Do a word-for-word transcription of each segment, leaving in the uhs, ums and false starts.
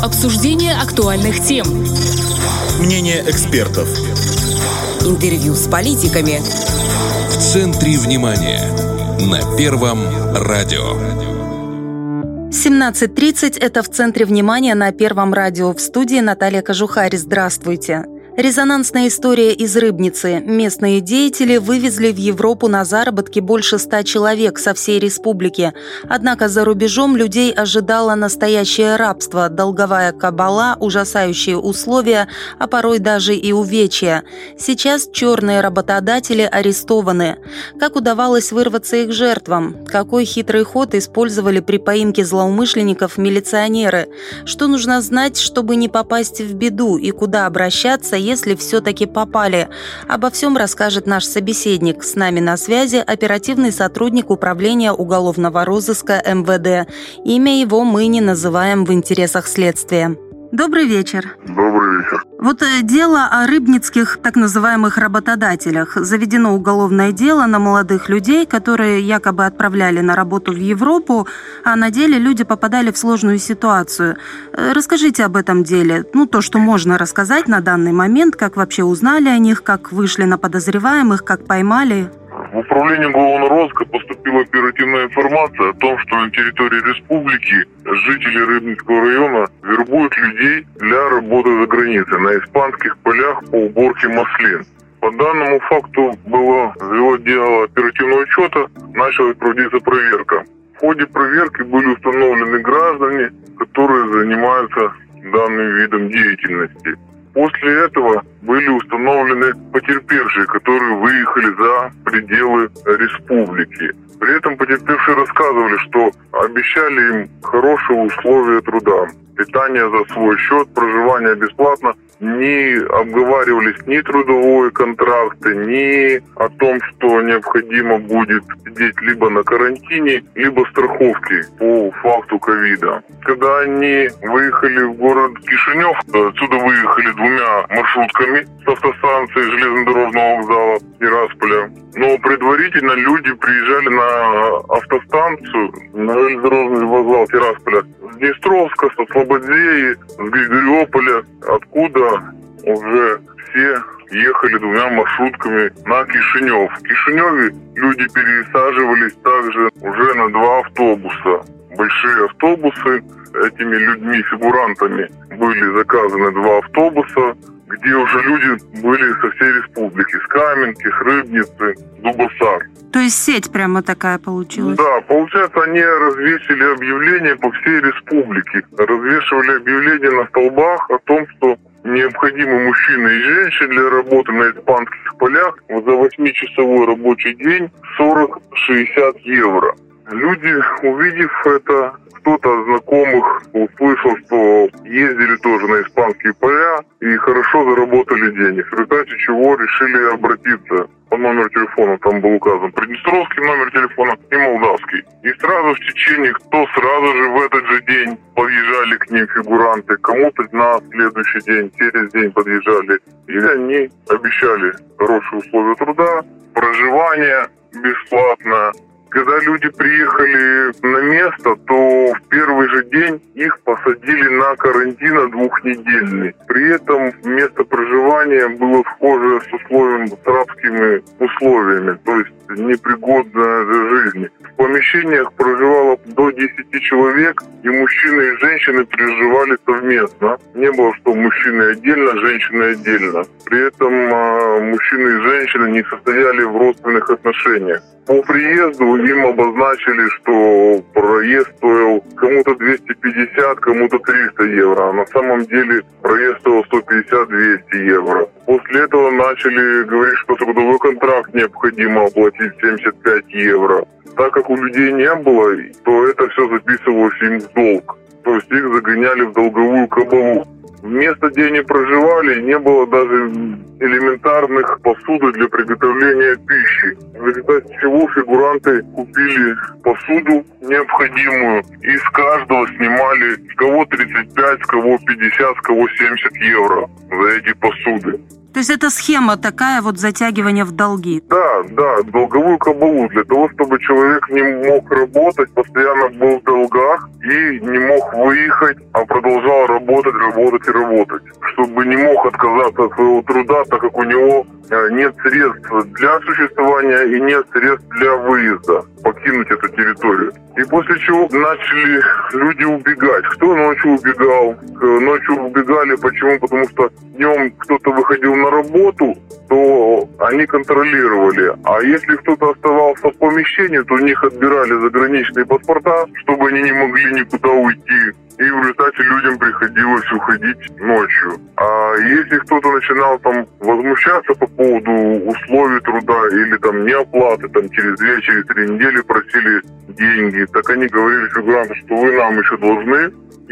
Обсуждение актуальных тем. Мнение экспертов. Интервью с политиками. В центре внимания. На Первом радио. семнадцать тридцать – это «В центре внимания» на Первом радио. В студии Наталья Кожухарь. Здравствуйте. Резонансная история из Рыбницы. Местные деятели вывезли в Европу на заработки больше ста человек со всей республики. Однако за рубежом людей ожидало настоящее рабство, долговая кабала, ужасающие условия, а порой даже и увечья. Сейчас черные работодатели арестованы. Как удавалось вырваться их жертвам? Какой хитрый ход использовали при поимке злоумышленников милиционеры? Что нужно знать, чтобы не попасть в беду, и куда обращаться, если все-таки попали? Обо всем расскажет наш собеседник. С нами на связи оперативный сотрудник Управления уголовного розыска эм вэ дэ. Имя его мы не называем в интересах следствия. Добрый вечер. Добрый вечер. Вот дело о рыбницких так называемых работодателях. Заведено уголовное дело на молодых людей, которые якобы отправляли на работу в Европу, а на деле люди попадали в сложную ситуацию. Расскажите об этом деле. Ну, то, что можно рассказать на данный момент, как вообще узнали о них, как вышли на подозреваемых, как поймали. В управление уголовного розыска поступила оперативная информация о том, что на территории республики жители Рыбницкого района вербуют людей для работы за границей на испанских полях по уборке маслин. По данному факту было ввело дело оперативного учета, началась проводиться проверка. В ходе проверки были установлены граждане, которые занимаются данным видом деятельности. После этого были установлены потерпевшие, которые выехали за пределы республики. При этом потерпевшие рассказывали, что обещали им хорошие условия труда, питание за свой счет, проживание бесплатно. Не обговаривались ни трудовые контракты, ни о том, что необходимо будет сидеть либо на карантине, либо страховки по факту ковида. Когда они выехали в город Кишинев, отсюда выехали двумя маршрутками с автостанции железнодорожного вокзала Тирасполя. Но предварительно люди приезжали на автостанцию, на железнодорожный вокзал Тирасполя с Днестровска, со Слободзеи, с Григориополя, откуда уже все ехали двумя маршрутками на Кишинев. В Кишиневе люди пересаживались также уже на два автобуса. Большие автобусы, этими людьми-фигурантами были заказаны два автобуса, где уже люди были со всей республики, с Каменки, с Рыбницы, Дубосар. То есть сеть прямо такая получилась? Да, получается, они развесили объявления по всей республике. Развешивали объявления на столбах о том, что необходимы мужчины и женщины для работы на испанских полях за восьмичасовой рабочий день сорок-шестьдесят евро. Люди, увидев это, кто-то из знакомых услышал, что ездили тоже на испанские поля и хорошо заработали денег, в результате чего решили обратиться по номеру телефона, там был указан приднестровский номер телефона и молдавский. И сразу в течение, кто сразу же в этот же день подъезжали к ним фигуранты, кому-то на следующий день, через день подъезжали. И они обещали хорошие условия труда, проживание бесплатное. Когда люди приехали на место, то в первый же день их посадили на карантин двухнедельный. При этом место проживания было схоже с условием, с рабскими условиями, то есть непригодное для жизни. В помещениях проживало до десяти человек, и мужчины и женщины проживали совместно. Не было, что мужчины отдельно, женщины отдельно. При этом а, мужчины и женщины не состояли в родственных отношениях. По приезду им обозначили, что проезд стоил кому-то двести пятьдесят, кому-то триста евро, а на самом деле проезд стоил сто пятьдесят - двести евро. После этого начали говорить, что трудовой контракт необходимо оплатить семьдесят пять евро. Так как у людей не было, то это все записывалось им в долг. То есть их загоняли в долговую кабалу. В место, где они проживали, не было даже элементарных посуды для приготовления пищи. В результате чего фигуранты купили посуду необходимую и с каждого снимали с кого тридцать пять, с кого пятьдесят, с кого семьдесят евро за эти посуды. То есть это схема такая вот затягивания в долги? Да, да, долговую кабалу. Для того, чтобы человек не мог работать, постоянно был в долгах и не мог выехать, а продолжал работать, работать и работать. Чтобы не мог отказаться от своего труда, так как у него нет средств для существования и нет средств для выезда, покинуть эту территорию. И после чего начали люди убегать. Кто ночью убегал? Ночью убегали. Почему? Потому что днем кто-то выходил на работу, то они контролировали. А если кто-то оставался в помещении, то у них отбирали заграничные паспорта, чтобы они не могли никуда уйти. И в результате людям приходилось уходить ночью. А если кто-то начинал там возмущаться по поводу условий труда или там неоплаты, там через две, через три недели просили деньги, так они говорили фигурантам, что вы нам еще должны.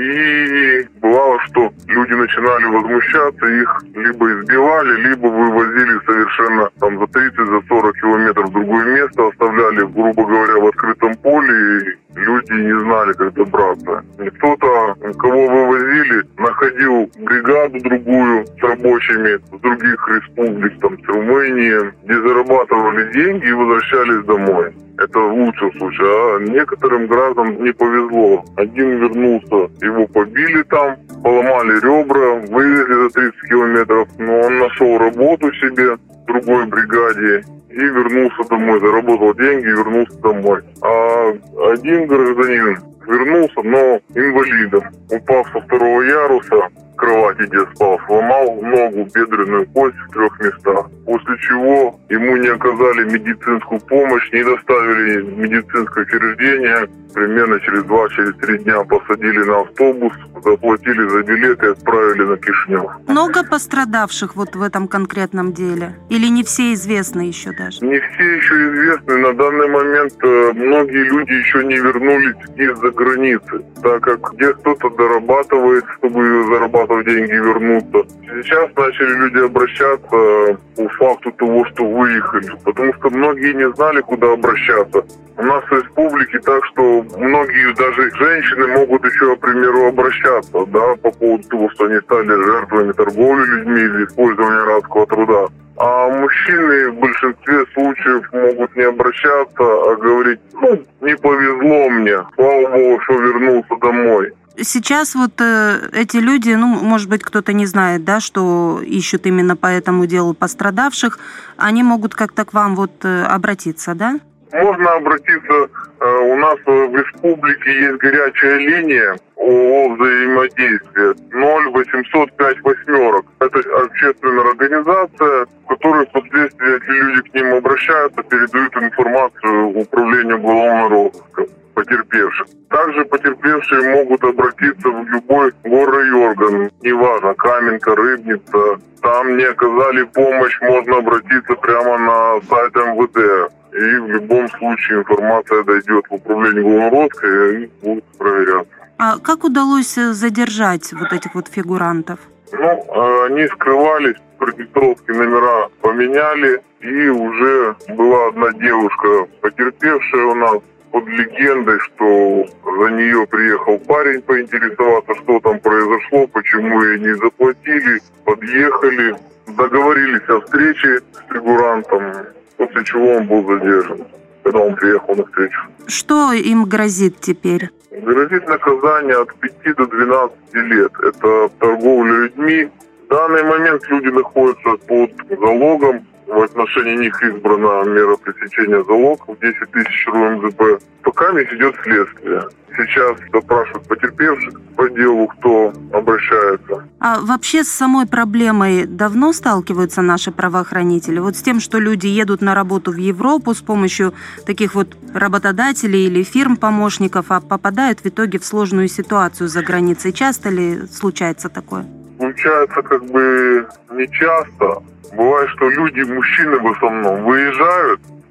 И бывало, что люди начинали возмущаться, их либо избивали, либо вывозили совершенно там за тридцать, за сорок километров в другое место, оставляли, грубо говоря, в открытом поле, и люди не знали, как добраться. Кто-то, кого вывозили, находил бригаду другую с рабочими с других республик, там, с Румынии, где зарабатывали деньги и возвращались домой. Это в лучшем случае. А некоторым гражданам не повезло. Один вернулся, его побили там, поломали ребра, вывезли за тридцать километров, но он нашел работу себе в другой бригаде и вернулся домой, заработал деньги и вернулся домой. А один гражданин вернулся, но инвалидом, упав со второго яруса, в кровати, где спал, сломал ногу, бедренную кость в трех местах, после чего ему не оказали медицинскую помощь, не доставили медицинское учреждение. Примерно через два, через три дня посадили на автобус, заплатили за билет и отправили на Кишинев. Много пострадавших вот в этом конкретном деле? Или не все известны еще даже? Не все еще известны. На данный момент э, многие люди еще не вернулись из-за границы, так как где кто-то дорабатывает, чтобы зарабатывать деньги и вернуться. Сейчас начали люди обращаться по факту того, что выехали, потому что многие не знали, куда обращаться. У нас в республике так, что многие даже женщины могут еще, к примеру, обращаться, да, по поводу того, что они стали жертвами торговли людьми или использования рабского труда. А мужчины в большинстве случаев могут не обращаться, а говорить, ну, не повезло мне, слава богу, что вернулся домой. Сейчас вот э, эти люди, ну, может быть, кто-то не знает, да, что ищут именно по этому делу пострадавших, они могут как-то к вам вот э, обратиться, да? Можно обратиться, у нас в республике есть горячая линия ООО «Взаимодействие» ноль восемьсот пять восьмерок. Это общественная организация, в которой впоследствии, если люди к ним обращаются, передают информацию в управление уголовного розыска потерпевших. Также потерпевшие могут обратиться в любой горрайорган, неважно, Каменка, Рыбница. Там не оказали помощь, можно обратиться прямо на сайт эм вэ дэ. И в любом случае информация дойдет в управление уголовного розыска и будут проверяться. А как удалось задержать вот этих вот фигурантов? Ну, они скрывались, Приднестровские номера поменяли, и уже была одна девушка, потерпевшая у нас, под легендой, что за нее приехал парень поинтересоваться, что там произошло, почему ей не заплатили, подъехали, договорились о встрече с фигурантом, после чего он был задержан, когда он приехал на встречу. Что им грозит теперь? Грозит наказание от пяти до двенадцати лет. Это торговля людьми. В данный момент люди находятся под залогом. В отношении них избрана мера пресечения залога в десять тысяч эр у эм зэ пэ. Пока здесь идет следствие. Сейчас допрашивают потерпевших по делу, кто обращается. А вообще с самой проблемой давно сталкиваются наши правоохранители? Вот с тем, что люди едут на работу в Европу с помощью таких вот работодателей или фирм-помощников, а попадают в итоге в сложную ситуацию за границей. Часто ли случается такое? Случается как бы не часто. Бывает, что люди, мужчины в основном, выезжают,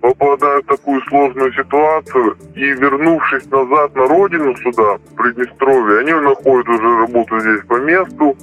попадают в такую сложную ситуацию и, вернувшись назад на родину сюда, в Приднестровье, они находят уже работу здесь по месту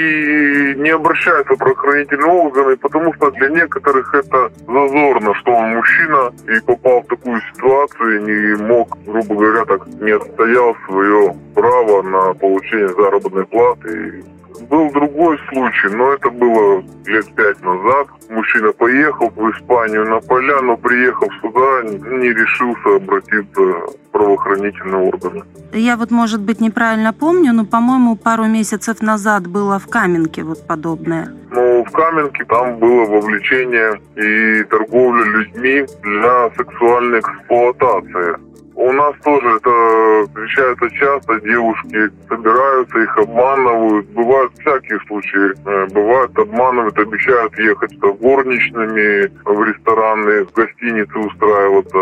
и не обращаются в правоохранительные органы, потому что для некоторых это зазорно, что он мужчина и попал в такую ситуацию и не мог, грубо говоря, так не отстоял свое право на получение заработной платы. Был другой случай, но это было лет пять назад. Мужчина поехал в Испанию на поля, но приехав сюда, не решился обратиться в правоохранительные органы. Я вот, может быть, неправильно помню, но, по-моему, пару месяцев назад было в Каменке вот подобное. Ну, в Каменке там было вовлечение и торговля людьми для сексуальной эксплуатации. У нас тоже это встречается часто, девушки собираются, их обманывают. Бывают всякие случаи. Бывают, обманывают, обещают ехать горничными в рестораны, в гостиницы устраиваться.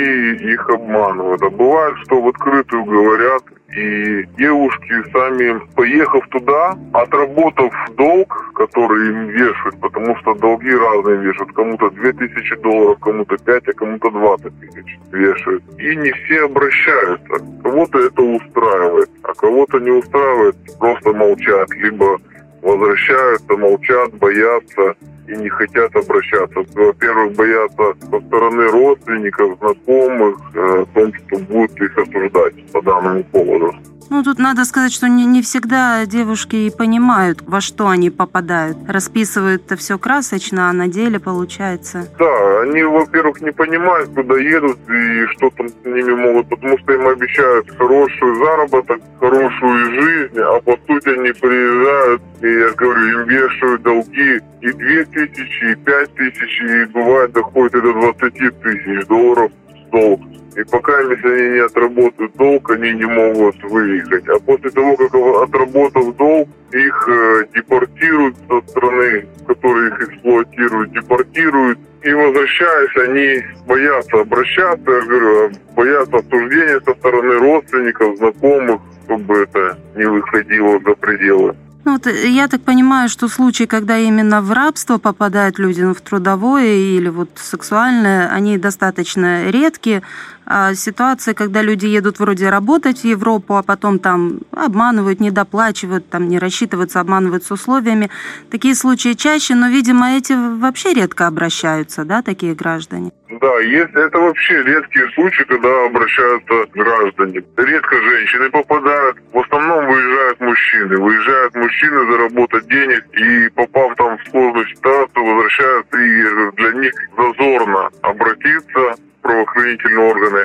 И их обманывают. А бывает, что в открытую говорят, и девушки сами, поехав туда, отработав долг, который им вешают, потому что долги разные вешают, кому-то две тысячи долларов, кому-то пять, а кому-то двадцать тысяч вешают. И не все обращаются. Кого-то это устраивает, а кого-то не устраивает, просто молчат, либо возвращаются, молчат, боятся и не хотят обращаться. Во-первых, боятся со стороны родственников, знакомых, о том, что будут их осуждать по данному поводу. Ну, тут надо сказать, что не, не всегда девушки и понимают, во что они попадают. Расписывают это все красочно, а на деле получается. Да, они, во-первых, не понимают, куда едут и что там с ними могут, потому что им обещают хороший заработок, хорошую жизнь, а по сути они приезжают, и я говорю, им вешают долги и две тысячи, и пять тысяч, и бывает доходит и до двадцати тысяч долларов в долг. И пока, если они не отработают долг, они не могут выехать. А после того, как отработав долг, их э, депортируют со страны, в которой их эксплуатируют, депортируют. И возвращаясь, они боятся обращаться, я говорю, боятся осуждения со стороны родственников, знакомых, чтобы это не выходило за пределы. Ну, вот я так понимаю, что случаи, когда именно в рабство попадают люди, ну, в трудовое или вот сексуальное, они достаточно редкие. А ситуации, когда люди едут вроде работать в Европу, а потом там обманывают, недоплачивают, там не рассчитываются, обманывают с условиями. Такие случаи чаще, но, видимо, эти вообще редко обращаются, да, такие граждане? Да, есть, это вообще редкие случаи, когда обращаются граждане. Редко женщины попадают, в основном выезжают мужчины. Выезжают мужчины заработать денег и, попав там в сложную ситуацию, возвращаются, и для них зазорно обратиться в правоохранительные органы.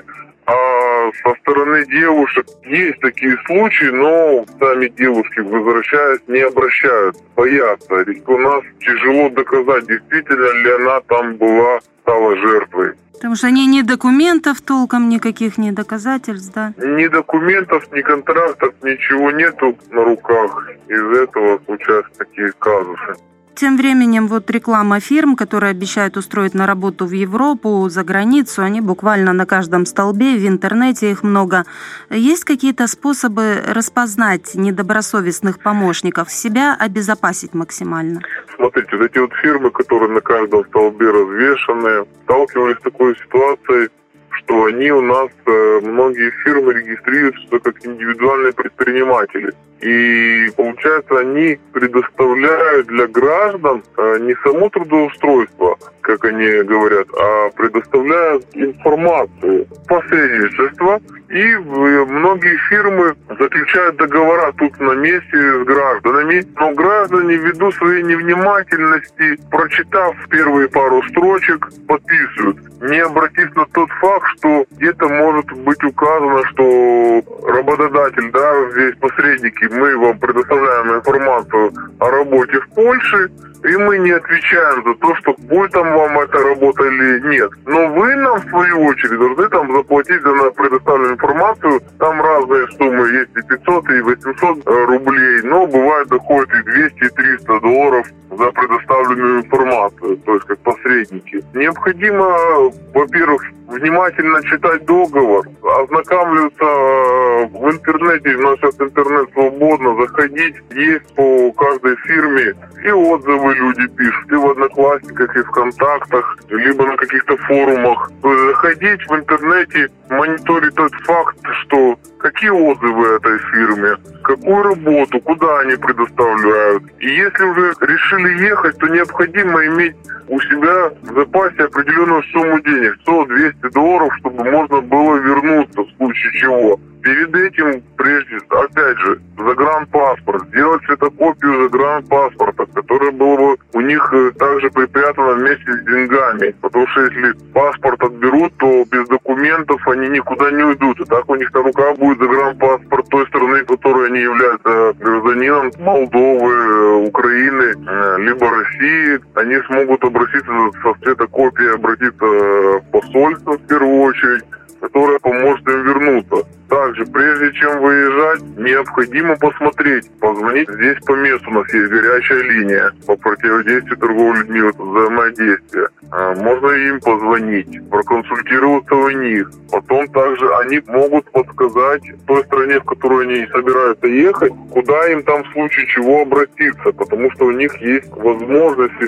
А со стороны девушек есть такие случаи, но сами девушки, возвращаясь, не обращаются, боятся. Ведь у нас тяжело доказать, действительно ли она там была, стала жертвой. Потому что ни, ни документов толком никаких, ни доказательств, да? Ни документов, ни контрактов, ничего нету на руках. Из-за этого случаются такие казусы. Тем временем вот реклама фирм, которые обещают устроить на работу в Европу, за границу, они буквально на каждом столбе, в интернете их много. Есть какие-то способы распознать недобросовестных помощников, себя обезопасить максимально? Смотрите, вот эти вот фирмы, которые на каждом столбе развешаны, сталкивались с такой ситуацией, что они у нас, многие фирмы регистрируются как индивидуальные предприниматели. И, получается, они предоставляют для граждан не само трудоустройство, как они говорят, а предоставляют информацию, посредничество. И многие фирмы заключают договора тут на месте с гражданами. Но граждане, ввиду своей невнимательности, прочитав первые пару строчек, подписывают, не обратив на тот факт, что где-то может быть указано, что работодатель, да, здесь посредники, мы вам предоставляем информацию о работе в Польше, и мы не отвечаем за то, что будет там вам эта работа или нет. Но вы нам, в свою очередь, должны там заплатить за предоставленную информацию. Там разные суммы, есть и пятьсот, и восемьсот рублей, но бывает доходит и двести, и триста долларов за предоставленную информацию, то есть как посредники. Необходимо, во-первых, внимательно читать договор, ознакомливаться в интернете, у нас сейчас интернет свободно, заходить, есть по каждой фирме, и отзывы люди пишут, и в Одноклассниках, и в ВКонтактах, либо на каких-то форумах. То есть заходить в интернете, мониторить тот факт, что какие отзывы этой фирме, какую работу, куда они предоставляют. И если уже решили ехать, то необходимо иметь у себя в запасе определенную сумму денег, сто-двести долларов, чтобы можно было вернуться в случае чего. Перед этим, прежде, опять же, загранпаспорт, сделать фотокопию загранпаспорта, которая была бы у них также припрятана вместе с деньгами. Потому что если паспорт отберут, то без документов они никуда не уйдут. И так у них на руках будет загранпаспорт той страны, которой они являются гражданином, Молдовы, Украины, либо России. Они смогут обратиться со фотокопией, обратиться в посольство в первую очередь, которое поможет им вернуться. Также, прежде чем выезжать, необходимо посмотреть, позвонить. Здесь по месту у нас есть горячая линия по противодействию торговли людьми, вот, взаимодействия. Можно им позвонить, проконсультироваться у них. Потом также они могут подсказать той стране, в которую они собираются ехать, куда им там в случае чего обратиться, потому что у них есть возможности,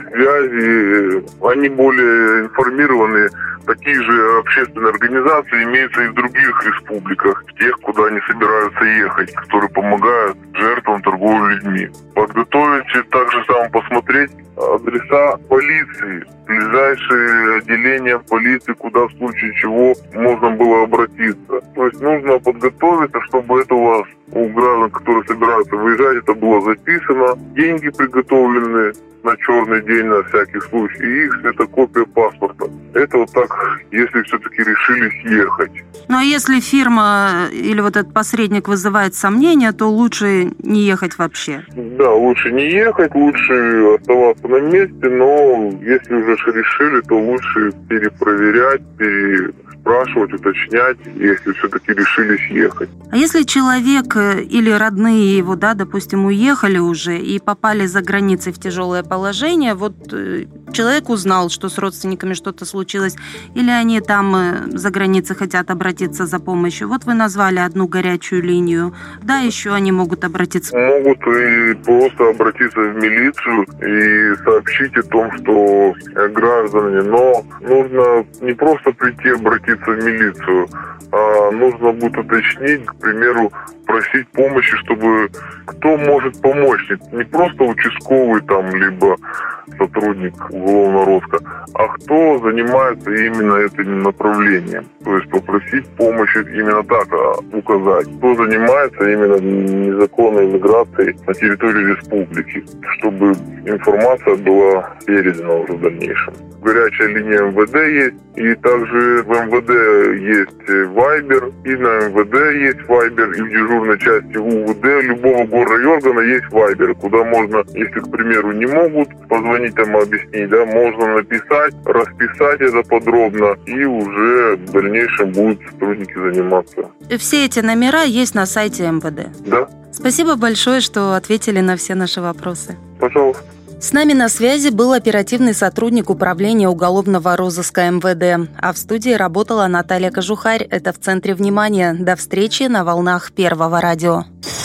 связи, они более информированы. Такие же общественные организации имеются и в других республиках, тех, куда они собираются ехать, которые помогают жертвам торговли людьми. Подготовить и также самое посмотреть адреса полиции, ближайшие отделения полиции, куда в случае чего можно было обратиться. То есть нужно подготовиться, чтобы это у вас, у граждан, которые собираются выезжать, это было записано, деньги приготовлены на черный день на всякий случай, и их фотокопия паспорта. Это вот так, если все-таки решили съехать. Ну а если фирма или вот этот посредник вызывает сомнения, то лучше не ехать вообще? Да, лучше не ехать, лучше оставаться на месте, но если уже решили, то лучше перепроверять, переспрашивать, уточнять, если все-таки решили съехать. А если человек или родные его, да, допустим, уехали уже и попали за границей в тяжелое положение, вот человек узнал, что с родственниками что-то случилось, или они там за границей хотят обратиться за помощью. Вот вы назвали одну горячую линию. Да, еще они могут обратиться? Могут и просто обратиться в милицию и сообщить о том, что граждане, но нужно не просто прийти обратиться в милицию, а нужно будет уточнить, к примеру, просить помощи, чтобы кто может помочь. Не просто участковый там, либо сотрудник уголовного розыска, а кто занимается именно этим направлением. То есть попросить помощи, именно так указать, кто занимается именно незаконной миграцией на территории республики, чтобы информация была передана уже в дальнейшем. Горячая линия эм вэ дэ есть, и также в эм вэ дэ есть Вайбер, и на эм вэ дэ есть Вайбер, и в дежурной части у вэ дэ любого горрайона есть Вайбер, куда можно, если, к примеру, не могут позвонить там объяснить, да, можно написать, расписать это подробно, и уже в дальнейшем будут сотрудники заниматься. Все эти номера есть на сайте эм вэ дэ? Да. Спасибо большое, что ответили на все наши вопросы. Пожалуйста. С нами на связи был оперативный сотрудник управления уголовного розыска эм вэ дэ, а в студии работала Наталья Кожухарь. Это «В центре внимания». До встречи на волнах Первого радио.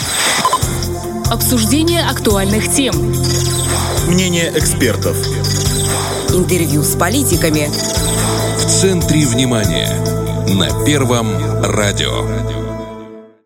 Обсуждение актуальных тем. Мнение экспертов. Интервью с политиками. В центре внимания на Первом радио.